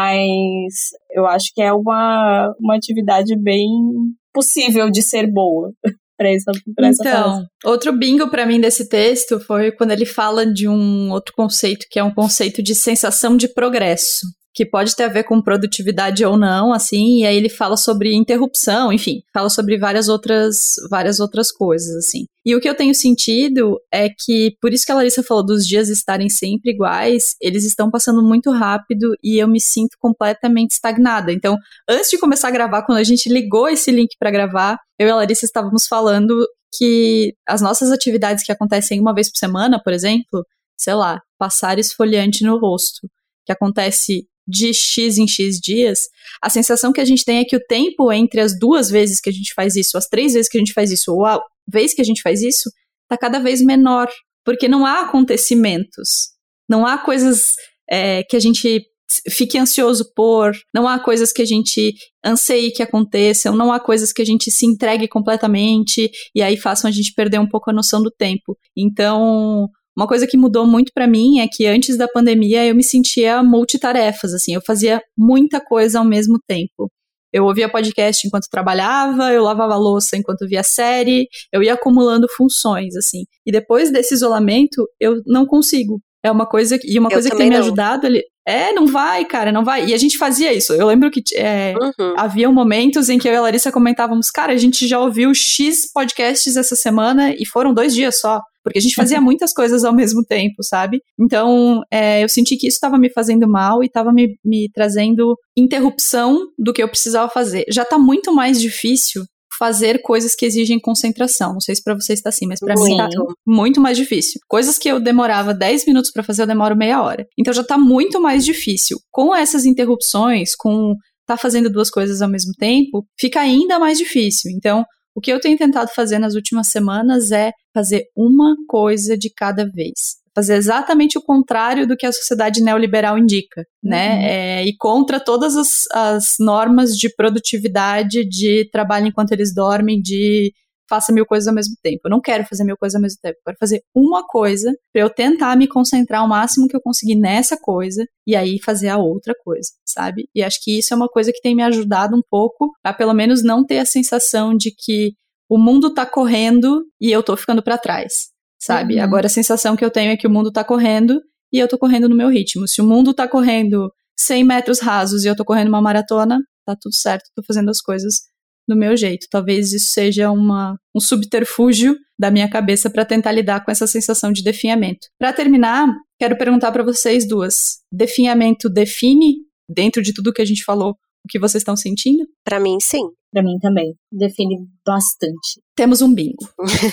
Mas eu acho que é uma, uma atividade bem possível de ser boa. Pra essa, pra essa então, fase. Outro bingo pra mim desse texto foi quando ele fala de um outro conceito, que é um conceito de sensação de progresso, que pode ter a ver com produtividade ou não, assim, e aí ele fala sobre interrupção, enfim, fala sobre várias outras, várias outras coisas, assim. E o que eu tenho sentido é que, por isso que a Larissa falou dos dias estarem sempre iguais, eles estão passando muito rápido e eu me sinto completamente estagnada. Então, antes de começar a gravar, quando a gente ligou esse link pra gravar, eu e a Larissa estávamos falando que as nossas atividades que acontecem uma vez por semana, por exemplo, sei lá, passar esfoliante no rosto, que acontece de X em X dias, a sensação que a gente tem é que o tempo entre as duas vezes que a gente faz isso, as três vezes que a gente faz isso, ou a vez que a gente faz isso, tá cada vez menor, porque não há acontecimentos, não há coisas é, que a gente fique ansioso por, não há coisas que a gente anseie que aconteçam, não há coisas que a gente se entregue completamente e aí façam a gente perder um pouco a noção do tempo. Então, uma coisa que mudou muito pra mim é que antes da pandemia eu me sentia multitarefas, assim, eu fazia muita coisa ao mesmo tempo. Eu ouvia podcast enquanto trabalhava, eu lavava louça enquanto via série, eu ia acumulando funções, assim. E depois desse isolamento, eu não consigo. É uma coisa, e uma eu coisa que tem me não. ajudado, ele, é, não vai, cara, não vai. E a gente fazia isso. Eu lembro que é, uhum. havia momentos em que eu e a Larissa comentávamos, cara, a gente já ouviu X podcasts essa semana e foram dois dias só. Porque a gente fazia muitas coisas ao mesmo tempo, sabe? Então, é, eu senti que isso estava me fazendo mal e estava me, me trazendo interrupção do que eu precisava fazer. Já tá muito mais difícil fazer coisas que exigem concentração. Não sei se pra vocês tá assim, mas pra Sim. mim tá muito mais difícil. Coisas que eu demorava dez minutos pra fazer, eu demoro meia hora. Então já tá muito mais difícil. Com essas interrupções, com tá fazendo duas coisas ao mesmo tempo, fica ainda mais difícil. Então, o que eu tenho tentado fazer nas últimas semanas é fazer uma coisa de cada vez. Fazer exatamente o contrário do que a sociedade neoliberal indica, uhum. né? É, e contra todas as, as normas de produtividade, de trabalho enquanto eles dormem, de faça mil coisas ao mesmo tempo. Eu não quero fazer mil coisas ao mesmo tempo. Eu quero fazer uma coisa para eu tentar me concentrar o máximo que eu conseguir nessa coisa e aí fazer a outra coisa, sabe? E acho que isso é uma coisa que tem me ajudado um pouco a pelo menos não ter a sensação de que o mundo tá correndo e eu tô ficando para trás. Sabe? Uhum. Agora a sensação que eu tenho é que o mundo tá correndo e eu tô correndo no meu ritmo. Se o mundo tá correndo cem metros rasos e eu tô correndo uma maratona, tá tudo certo, tô fazendo as coisas do meu jeito. Talvez isso seja uma, um subterfúgio da minha cabeça para tentar lidar com essa sensação de definhamento. Para terminar, quero perguntar para vocês duas. Definhamento define, dentro de tudo que a gente falou, o que vocês estão sentindo? Para mim, sim. Para mim também. Define bastante. Temos um bingo.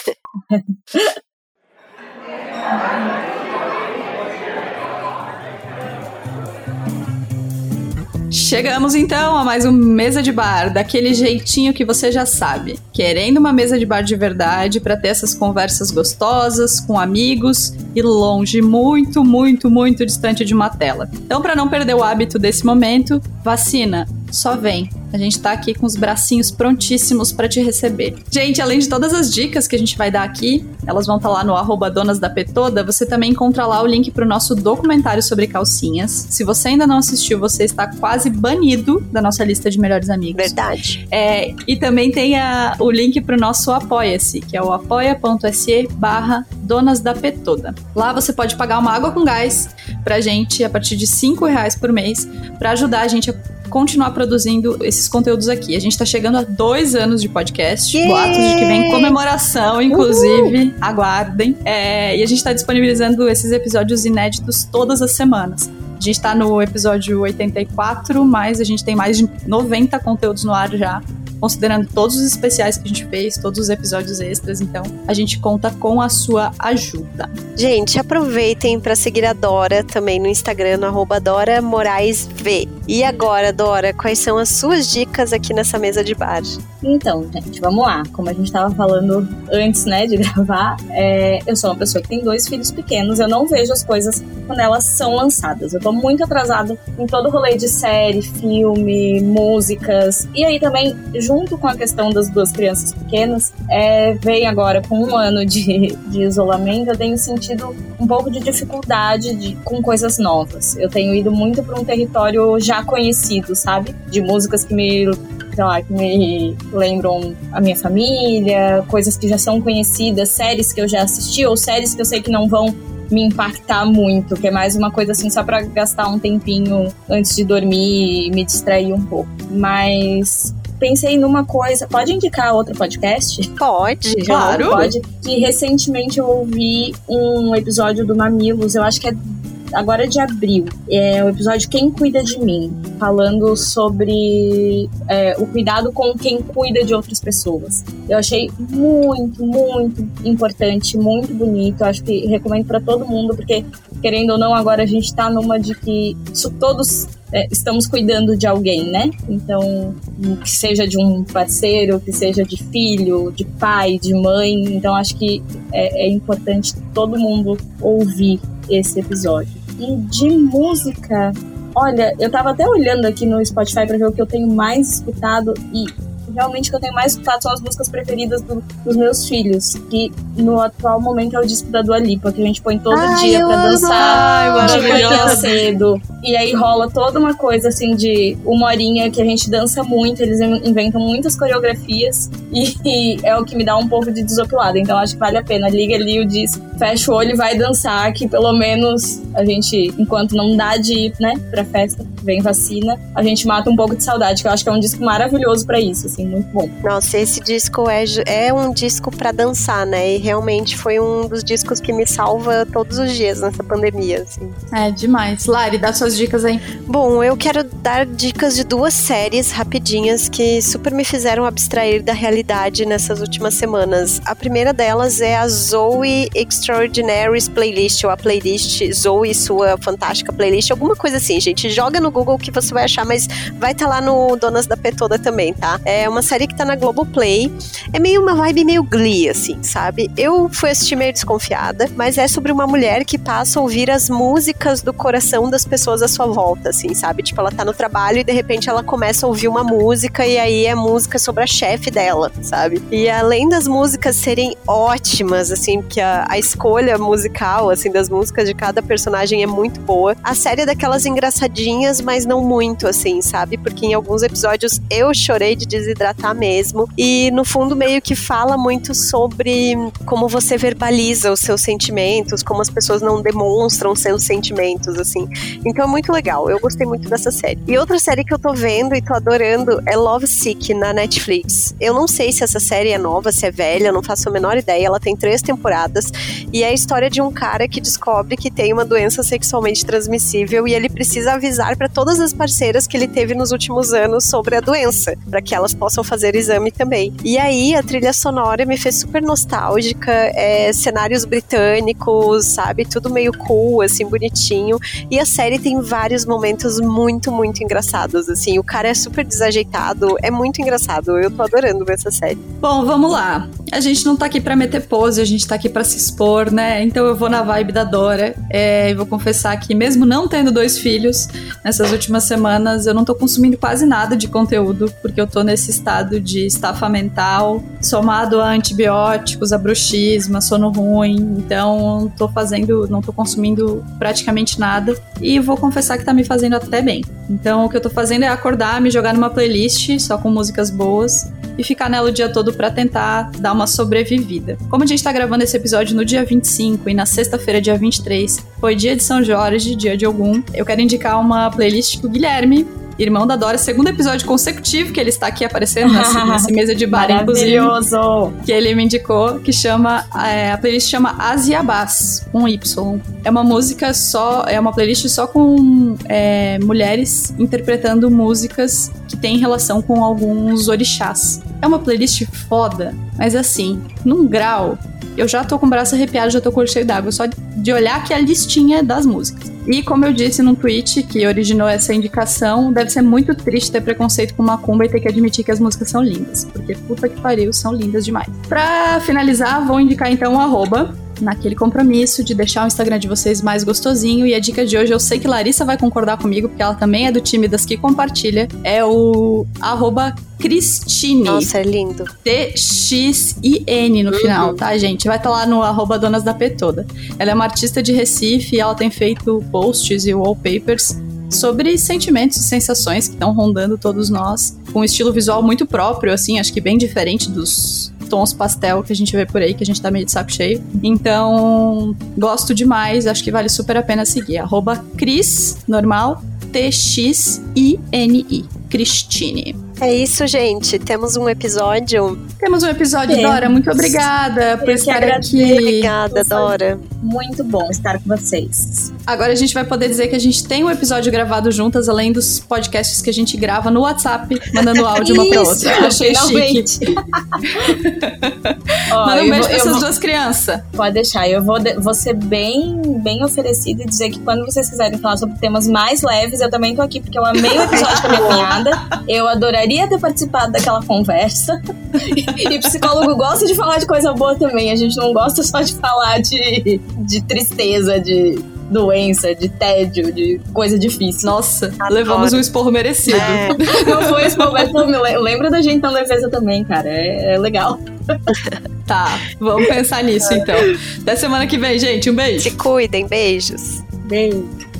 Chegamos então a mais um Mesa de Bar, daquele jeitinho que você já sabe. Querendo uma mesa de bar de verdade para ter essas conversas gostosas com amigos e longe, muito, muito, muito distante de uma tela. Então, para não perder o hábito desse momento, vacina, só vem. A gente tá aqui com os bracinhos prontíssimos pra te receber. Gente, além de todas as dicas que a gente vai dar aqui, elas vão estar tá lá no arroba Donas da Petoda, você também encontra lá o link pro nosso documentário sobre calcinhas. Se você ainda não assistiu, você está quase banido da nossa lista de melhores amigos. Verdade. É, e também tem a, o link pro nosso Apoia-se, que é o apoia.se barra Donas da Petoda. Lá você pode pagar uma água com gás pra gente a partir de cinco reais por mês pra ajudar a gente a continuar produzindo esses conteúdos aqui. A gente tá chegando a dois anos de podcast, yeah! boatos de que vem comemoração, inclusive, uhul! Aguardem. É, e a gente tá disponibilizando esses episódios inéditos todas as semanas. A gente tá no episódio oitenta e quatro, mas a gente tem mais de noventa conteúdos no ar já, considerando todos os especiais que a gente fez, todos os episódios extras, então a gente conta com a sua ajuda. Gente, aproveitem para seguir a Dora também no Instagram, no arroba Dora Moraes V. E agora, Dora, quais são as suas dicas aqui nessa mesa de bar? Então, gente, vamos lá. Como a gente estava falando antes, né, de gravar, é, eu sou uma pessoa que tem dois filhos pequenos, eu não vejo as coisas quando elas são lançadas. Eu tô muito atrasada em todo o rolê de série, filme, músicas. E aí também, junto com a questão das duas crianças pequenas, é, vem agora com um ano de, de isolamento, eu tenho sentido um pouco de dificuldade de, com coisas novas. Eu tenho ido muito para um território já conhecido, sabe? De músicas que me... sei lá, que me lembram a minha família, coisas que já são conhecidas, séries que eu já assisti ou séries que eu sei que não vão me impactar muito, que é mais uma coisa assim só pra gastar um tempinho antes de dormir e me distrair um pouco. Mas pensei numa coisa, pode indicar outro podcast? Pode, claro. Pode, que recentemente eu ouvi um episódio do Mamilos, eu acho que é agora de abril, é o episódio Quem Cuida de Mim, falando sobre é, o cuidado com quem cuida de outras pessoas. Eu achei muito, muito importante, muito bonito, eu acho que recomendo para todo mundo, porque querendo ou não, agora a gente tá numa de que todos é, estamos cuidando de alguém, né? Então, que seja de um parceiro, que seja de filho, de pai, de mãe, então acho que é, é importante todo mundo ouvir esse episódio. E de música, olha, eu tava até olhando aqui no Spotify pra ver o que eu tenho mais escutado e realmente o que eu tenho mais escutado são as músicas preferidas do, dos meus filhos, que no atual momento é o disco da Dua Lipa, que a gente põe todo Ai, dia pra dançar Ai, de manhã cedo. E aí rola toda uma coisa assim de uma horinha que a gente dança muito, eles inventam muitas coreografias e, e é o que me dá um pouco de desopilada, então acho que vale a pena. Liga ali o disco, fecha o olho e vai dançar, que pelo menos a gente, enquanto não dá de ir, né, pra festa, vem vacina, a gente mata um pouco de saudade, que eu acho que é um disco maravilhoso pra isso, assim, muito bom. Nossa, esse disco é, é um disco pra dançar, né, e realmente foi um dos discos que me salva todos os dias nessa pandemia, assim. É, demais. Lari, dá suas dicas aí. Bom, eu quero dar dicas de duas séries rapidinhas que super me fizeram abstrair da realidade nessas últimas semanas. A primeira delas é a Zoe Extraordinaries Playlist, ou a playlist Zoe, sua fantástica playlist, alguma coisa assim, gente. Joga no Google que você vai achar, mas vai estar tá lá no Donas da P toda também, tá? É uma série que tá na Globoplay. É meio uma vibe meio Glee, assim, sabe? Eu fui assistir meio desconfiada, mas é sobre uma mulher que passa a ouvir as músicas do coração das pessoas à sua volta, assim, sabe? Tipo, ela tá no trabalho e de repente ela começa a ouvir uma música e aí é música sobre a chefe dela, sabe? E além das músicas serem ótimas, assim, que a, a escolha musical, assim, das músicas de cada personagem é muito boa, a série é daquelas engraçadinhas, mas não muito, assim, sabe? Porque em alguns episódios eu chorei de desidratar mesmo e no fundo meio que fala muito sobre como você verbaliza os seus sentimentos, como as pessoas não demonstram seus sentimentos, assim. Então é muito legal, eu gostei muito dessa série. E outra série que eu tô vendo e tô adorando é Love Sick, na Netflix. Eu não sei se essa série é nova, se é velha, eu não faço a menor ideia, ela tem três temporadas e é a história de um cara que descobre que tem uma doença sexualmente transmissível e ele precisa avisar pra todas as parceiras que ele teve nos últimos anos sobre a doença, pra que elas possam fazer exame também. E aí a trilha sonora me fez super nostálgica, é, cenários britânicos, sabe, tudo meio cool, assim, bonitinho, e a série tem vários momentos muito, muito engraçados, assim, o cara é super desajeitado, é muito engraçado, eu tô adorando ver essa série. Bom, vamos lá. A gente não tá aqui pra meter pose, a gente tá aqui pra se expor, né? Então eu vou na vibe da Dora, é, e vou confessar que mesmo não tendo dois filhos, nessas últimas semanas eu não tô consumindo quase nada de conteúdo, porque eu tô nesse estado de estafa mental, somado a antibióticos, a bruxismo, a sono ruim, então tô fazendo, não tô consumindo praticamente nada, e vou confessar que tá me fazendo até bem. Então o que eu tô fazendo é acordar, me jogar numa playlist só com músicas boas e ficar nela o dia todo pra tentar dar uma sobrevivida. Como a gente tá gravando esse episódio no dia vinte e cinco e na sexta-feira, dia vinte e três, foi dia de São Jorge, dia de Ogum, eu quero indicar uma playlist que o Guilherme irmão da Dora, segundo episódio consecutivo que ele está aqui aparecendo nessa, nessa mesa de bar, inclusive. Maravilhoso! Que ele me indicou, que chama, é, a playlist chama Asiabás, com Y. É uma música só, é uma playlist só com é, mulheres interpretando músicas que têm relação com alguns orixás. É uma playlist foda, mas assim, num grau, eu já tô com o braço arrepiado, já tô com o olho cheio d'água, só de olhar aqui a listinha das músicas. E como eu disse num tweet que originou essa indicação, deve ser muito triste ter preconceito com macumba e ter que admitir que as músicas são lindas, porque puta que pariu, são lindas demais. Pra finalizar, vou indicar então o arroba, naquele compromisso de deixar o Instagram de vocês mais gostosinho. E a dica de hoje, eu sei que Larissa vai concordar comigo, porque ela também é do time das que compartilha, é o arroba Cristine. Nossa, é lindo. T X I N no final, uhum. Tá, gente? Vai estar tá lá no arroba Donas da P toda. Ela é uma artista de Recife e ela tem feito posts e wallpapers sobre sentimentos e sensações que estão rondando todos nós, com um estilo visual muito próprio, assim, acho que bem diferente dos tons pastel que a gente vê por aí, que a gente tá meio de saco cheio. Então, gosto demais, acho que vale super a pena seguir. Arroba Cris, normal, T X I N I. Cristine. É isso, gente. Temos um episódio. Temos um episódio, Temos. Dora. Muito obrigada por Eu estar aqui. Obrigada, Dora. Muito bom estar com vocês. Agora a gente vai poder dizer que a gente tem um episódio gravado juntas, além dos podcasts que a gente grava no WhatsApp, mandando áudio uma pra outra. Eu achei finalmente. Chique. Ó, Manda um beijo vou, pra essas vou, duas crianças. Pode deixar. Eu vou, de, vou ser bem, bem oferecida e dizer que quando vocês quiserem falar sobre temas mais leves, eu também tô aqui, porque eu amei o episódio com a minha cunhada. Eu adoraria ter participado daquela conversa. E psicólogo gosta de falar de coisa boa também. A gente não gosta só de falar de, de tristeza, de doença, de tédio, de coisa difícil. Nossa, Adoro. Levamos um esporro merecido. É. Não foi esporro, mas lembra da gente na leveza também, cara. É, é legal. Tá, vamos pensar nisso então. Até semana que vem, gente. Um beijo. Se cuidem, beijos. Beijo.